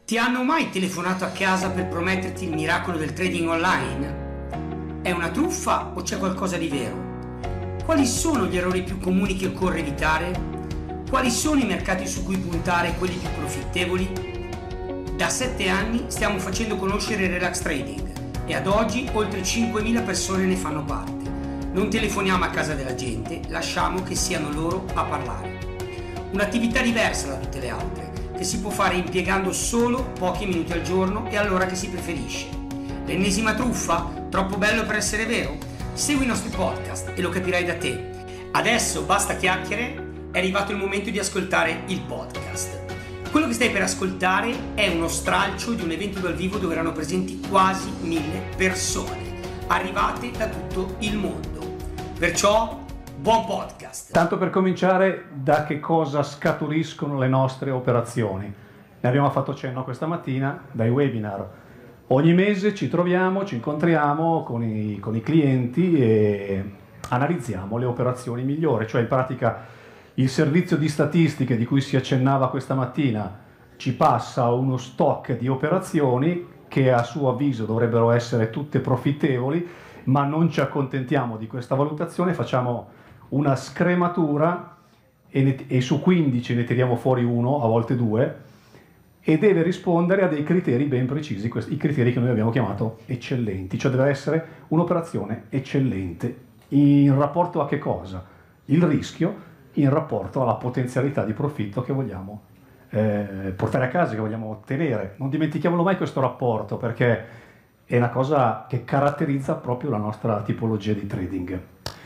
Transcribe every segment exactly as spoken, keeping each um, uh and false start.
Ti hanno mai telefonato a casa per prometterti il miracolo del trading online? È una truffa o c'è qualcosa di vero? Quali sono gli errori più comuni che occorre evitare? Quali sono i mercati su cui puntare e quelli più profittevoli? Da sette anni stiamo facendo conoscere Relax Trading e ad oggi oltre cinquemila persone ne fanno parte. Non telefoniamo a casa della gente, lasciamo che siano loro a parlare. Un'attività diversa da tutte le altre, che si può fare impiegando solo pochi minuti al giorno e all'ora che si preferisce. L'ennesima truffa? Troppo bello per essere vero? Segui i nostri podcast e lo capirai da te. Adesso basta chiacchiere, è arrivato il momento di ascoltare il podcast. Quello che stai per ascoltare è uno stralcio di un evento dal vivo dove erano presenti quasi mille persone, arrivate da tutto il mondo. Perciò, buon podcast! Tanto per cominciare, da che cosa scaturiscono le nostre operazioni? Ne abbiamo fatto cenno questa mattina dai webinar. Ogni mese ci troviamo, ci incontriamo con i, con i clienti e analizziamo le operazioni migliori, cioè in pratica il servizio di statistiche di cui si accennava questa mattina ci passa uno stock di operazioni che a suo avviso dovrebbero essere tutte profittevoli, ma non ci accontentiamo di questa valutazione, facciamo una scrematura e, ne, e su quindici ne tiriamo fuori uno, a volte due, e deve rispondere a dei criteri ben precisi, questi, i criteri che noi abbiamo chiamato eccellenti, cioè deve essere un'operazione eccellente. In rapporto a che cosa? Il rischio in rapporto alla potenzialità di profitto che vogliamo eh, portare a casa, che vogliamo ottenere. Non dimentichiamolo mai questo rapporto, perché è una cosa che caratterizza proprio la nostra tipologia di trading.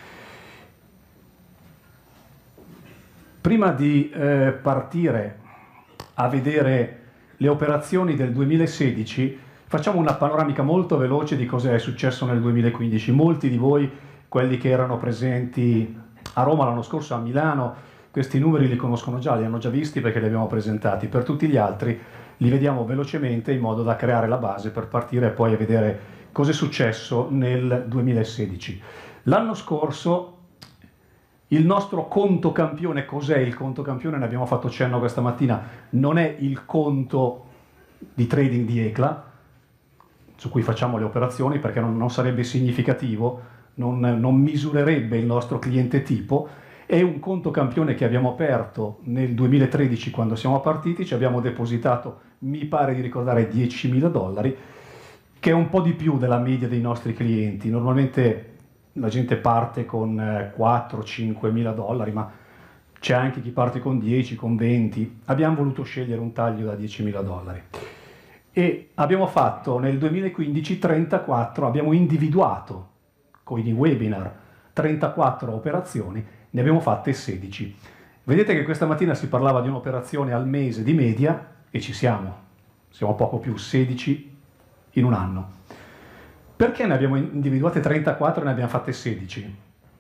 Prima di eh, partire a vedere le operazioni del duemilasedici, facciamo una panoramica molto veloce di cosa è successo nel duemilaquindici. Molti di voi, quelli che erano presenti a Roma l'anno scorso, a Milano, questi numeri li conoscono già, li hanno già visti perché li abbiamo presentati. Per tutti gli altri li vediamo velocemente in modo da creare la base per partire e poi a vedere cosa è successo nel duemilasedici. L'anno scorso il nostro conto campione, cos'è il conto campione? Ne abbiamo fatto cenno questa mattina, non è il conto di trading di E C L A, su cui facciamo le operazioni, perché non, non sarebbe significativo, non, non misurerebbe il nostro cliente tipo. È un conto campione che abbiamo aperto nel duemilatredici quando siamo partiti, ci abbiamo depositato, mi pare di ricordare, diecimila dollari, che è un po' di più della media dei nostri clienti. Normalmente la gente parte con quattro cinque mila dollari, ma c'è anche chi parte con dieci, con venti. Abbiamo voluto scegliere un taglio da diecimila dollari. E abbiamo fatto nel duemilaquindici trentaquattro, abbiamo individuato con i webinar trentaquattro operazioni, ne abbiamo fatte sedici. Vedete che questa mattina si parlava di un'operazione al mese di media e ci siamo, siamo poco più, sedici in un anno. Perché ne abbiamo individuate trentaquattro e ne abbiamo fatte sedici?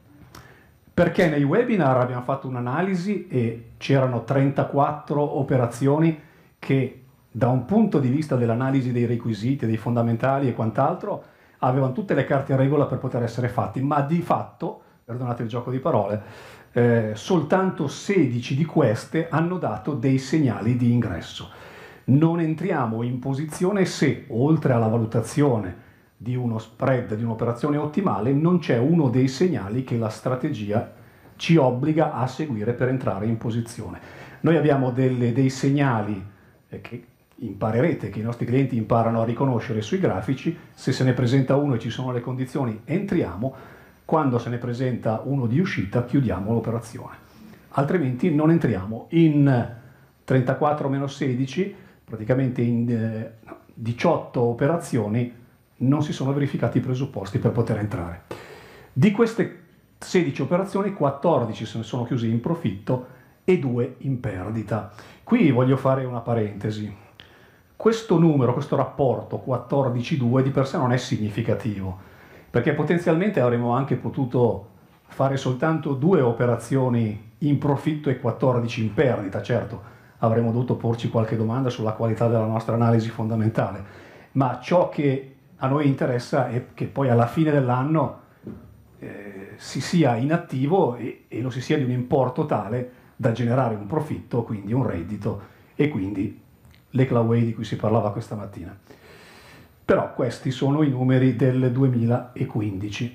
Perché nei webinar abbiamo fatto un'analisi e c'erano trentaquattro operazioni che da un punto di vista dell'analisi dei requisiti, dei fondamentali e quant'altro avevano tutte le carte in regola per poter essere fatti, ma di fatto, perdonate il gioco di parole, eh, soltanto sedici di queste hanno dato dei segnali di ingresso. Non entriamo in posizione se, oltre alla valutazione di uno spread, di un'operazione ottimale, non c'è uno dei segnali che la strategia ci obbliga a seguire per entrare in posizione. Noi abbiamo delle, dei segnali eh, che imparerete, che i nostri clienti imparano a riconoscere sui grafici. Se se ne presenta uno e ci sono le condizioni, entriamo. Quando se ne presenta uno di uscita, chiudiamo l'operazione. Altrimenti non entriamo. In trentaquattro meno sedici, praticamente in eh, diciotto operazioni, non si sono verificati i presupposti per poter entrare. Di queste sedici operazioni, quattordici se ne sono chiuse in profitto e due in perdita. Qui voglio fare una parentesi. Questo numero, questo rapporto quattordici due di per sé non è significativo, perché potenzialmente avremmo anche potuto fare soltanto due operazioni in profitto e quattordici in perdita. Certo, avremmo dovuto porci qualche domanda sulla qualità della nostra analisi fondamentale, ma ciò che a noi interessa è che poi alla fine dell'anno eh, si sia in attivo e, e lo si sia di un importo tale da generare un profitto, quindi un reddito, e quindi l'Eclaway di cui si parlava questa mattina. Però questi sono i numeri del duemilaquindici.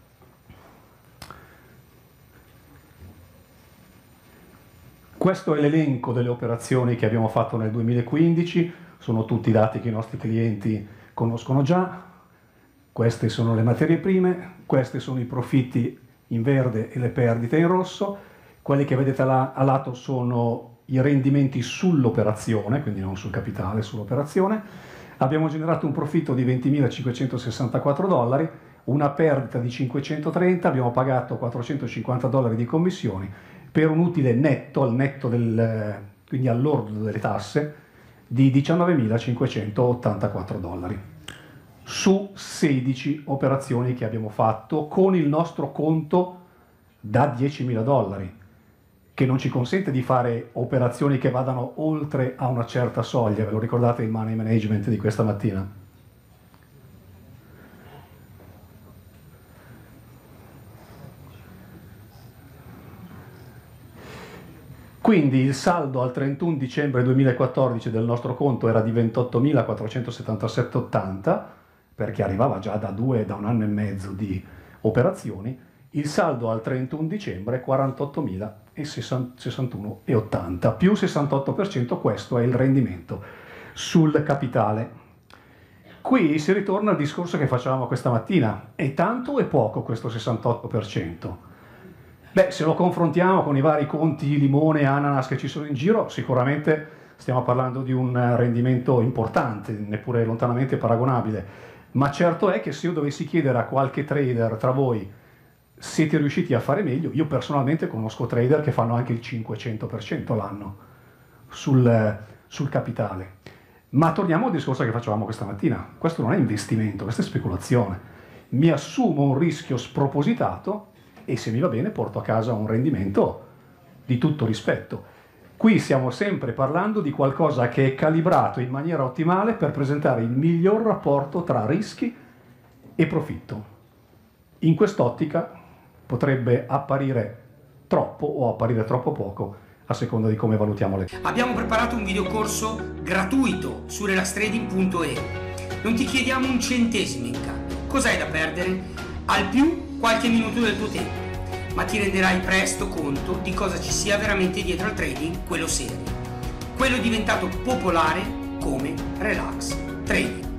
Questo è l'elenco delle operazioni che abbiamo fatto nel duemilaquindici, sono tutti dati che i nostri clienti conoscono già. Queste sono le materie prime, questi sono i profitti in verde e le perdite in rosso, quelli che vedete là a lato sono i rendimenti sull'operazione, quindi non sul capitale, sull'operazione. Abbiamo generato un profitto di ventimilacinquecentosessantaquattro dollari, una perdita di cinquecentotrenta, abbiamo pagato quattrocentocinquanta dollari di commissioni, per un utile netto, al netto del, quindi all'ordo delle tasse, di diciannovemilacinquecentottantaquattro dollari. Su sedici operazioni che abbiamo fatto con il nostro conto da diecimila dollari, che non ci consente di fare operazioni che vadano oltre a una certa soglia. Ve lo ricordate il money management di questa mattina? Quindi il saldo al trentuno dicembre duemilaquattordici del nostro conto era di ventottomilaquattrocentosettantasette virgola ottanta, perché arrivava già da due, da un anno e mezzo di operazioni. Il saldo al trentuno dicembre è quarantottomila sessantuno virgola ottanta, più sessantotto per cento, questo è il rendimento sul capitale. Qui si ritorna al discorso che facevamo questa mattina, è tanto o è poco questo sessantotto per cento? Beh, se lo confrontiamo con i vari conti limone, ananas che ci sono in giro, sicuramente stiamo parlando di un rendimento importante, neppure lontanamente paragonabile, ma certo è che se io dovessi chiedere a qualche trader tra voi siete riusciti a fare meglio, io personalmente conosco trader che fanno anche il cinquecento per cento l'anno sul, sul capitale. Ma torniamo al discorso che facevamo questa mattina, questo non è investimento, questa è speculazione. Mi assumo un rischio spropositato e se mi va bene porto a casa un rendimento di tutto rispetto. Qui stiamo sempre parlando di qualcosa che è calibrato in maniera ottimale per presentare il miglior rapporto tra rischi e profitto. In quest'ottica potrebbe apparire troppo o apparire troppo poco a seconda di come valutiamo le cose. Abbiamo preparato un videocorso gratuito su relax trading punto e. Non ti chiediamo un centesimo in cambio. Cos'hai da perdere? Al più qualche minuto del tuo tempo, ma ti renderai presto conto di cosa ci sia veramente dietro al trading, quello serio, quello diventato popolare come Relax Trading.